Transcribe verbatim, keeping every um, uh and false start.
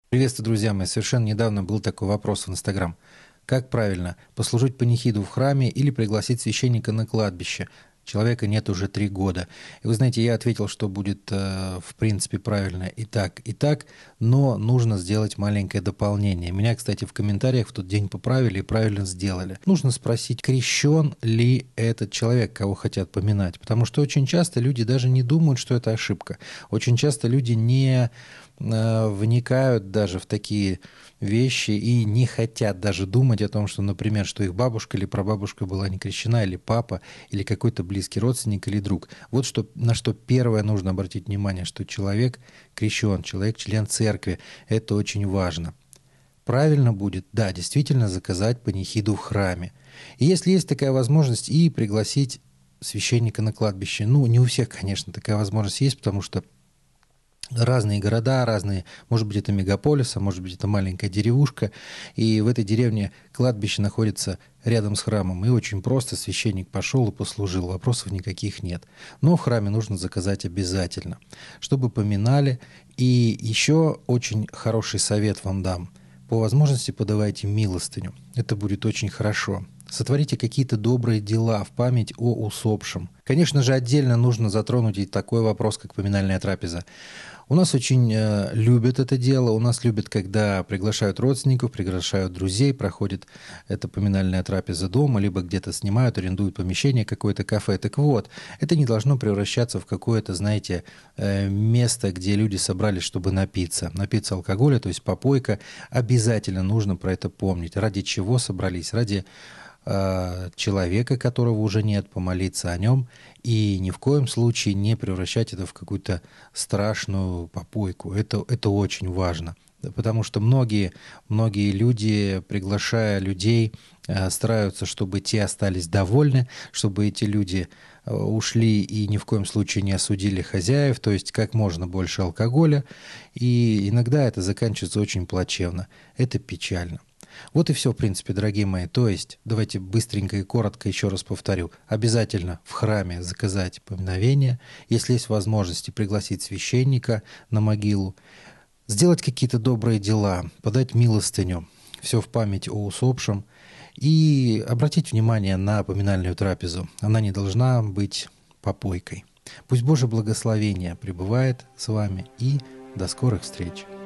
Приветствую, друзья мои. Совершенно недавно был такой вопрос в Инстаграм. Как правильно, послужить панихиду в храме или пригласить священника на кладбище? Человека нет уже три года. И вы знаете, я ответил, что будет, э, в принципе, правильно и так, и так, но нужно сделать маленькое дополнение. Меня, кстати, в комментариях в тот день поправили и правильно сделали. Нужно спросить, крещен ли этот человек, кого хотят поминать. Потому что очень часто люди даже не думают, что это ошибка. Очень часто люди не э, вникают даже в такие вещи и не хотят даже думать о том, что, например, что их бабушка или прабабушка была не крещена, или папа, или какой-то близкий родственник или друг. Вот что, на что первое нужно обратить внимание, что человек крещен, человек член церкви. Это очень важно. Правильно будет, да, действительно заказать панихиду в храме. И если есть такая возможность, и пригласить священника на кладбище. Ну, не у всех, конечно, такая возможность есть, потому что разные города, разные, может быть, это мегаполис, а может быть, это маленькая деревушка, и в этой деревне кладбище находится рядом с храмом, и очень просто священник пошел и послужил, вопросов никаких нет. Но в храме нужно заказать обязательно, чтобы поминали. И еще очень хороший совет вам дам. По возможности подавайте милостыню, это будет очень хорошо. Сотворите какие-то добрые дела в память о усопшем. Конечно же, отдельно нужно затронуть и такой вопрос, как поминальная трапеза. У нас очень э, любят это дело, у нас любят, когда приглашают родственников, приглашают друзей, проходит эта поминальная трапеза дома, либо где-то снимают, арендуют помещение, какое-то кафе. Так вот, это не должно превращаться в какое-то, знаете, э, место, где люди собрались, чтобы напиться. Напиться алкоголя, то есть попойка. Обязательно нужно про это помнить. Ради чего собрались? Ради человека, которого уже нет, помолиться о нем и ни в коем случае не превращать это в какую-то страшную попойку. Это, это очень важно, потому что многие, многие люди, приглашая людей, стараются, чтобы те остались довольны, чтобы эти люди ушли и ни в коем случае не осудили хозяев, то есть как можно больше алкоголя, и иногда это заканчивается очень плачевно. Это печально. Вот и все, в принципе, дорогие мои. То есть, давайте быстренько и коротко еще раз повторю. Обязательно в храме заказать поминовение, если есть возможности пригласить священника на могилу, сделать какие-то добрые дела, подать милостыню, все в память о усопшем, и обратить внимание на поминальную трапезу. Она не должна быть попойкой. Пусть Божье благословение пребывает с вами, и до скорых встреч.